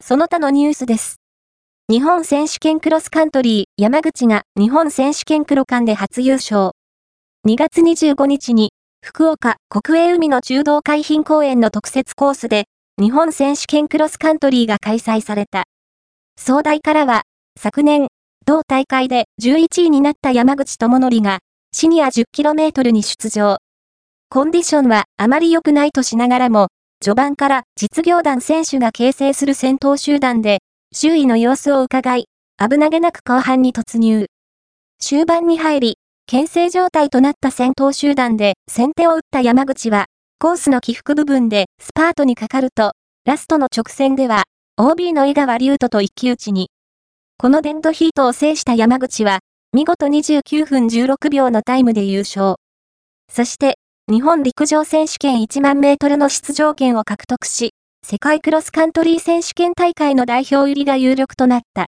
その他のニュースです。日本選手権クロスカントリー、山口が日本選手権クロカンで初優勝。2月25日に、福岡国営海の中道海浜公園の特設コースで、日本選手権クロスカントリーが開催された。総台からは、昨年、同大会で11位になった山口智則が、シニア 10km に出場。コンディションはあまり良くないとしながらも、序盤から実業団選手が形成する先頭集団で、周囲の様子を伺い、危なげなく後半に突入。終盤に入り、牽制状態となった先頭集団で先手を打った山口は、コースの起伏部分でスパートにかかると、ラストの直線では、OB の井川龍斗と一騎打ちに。このデッドヒートを制した山口は、見事29分16秒のタイムで優勝。そして、日本陸上選手権1万メートルの出場権を獲得し、世界クロスカントリー選手権大会の代表入りが有力となった。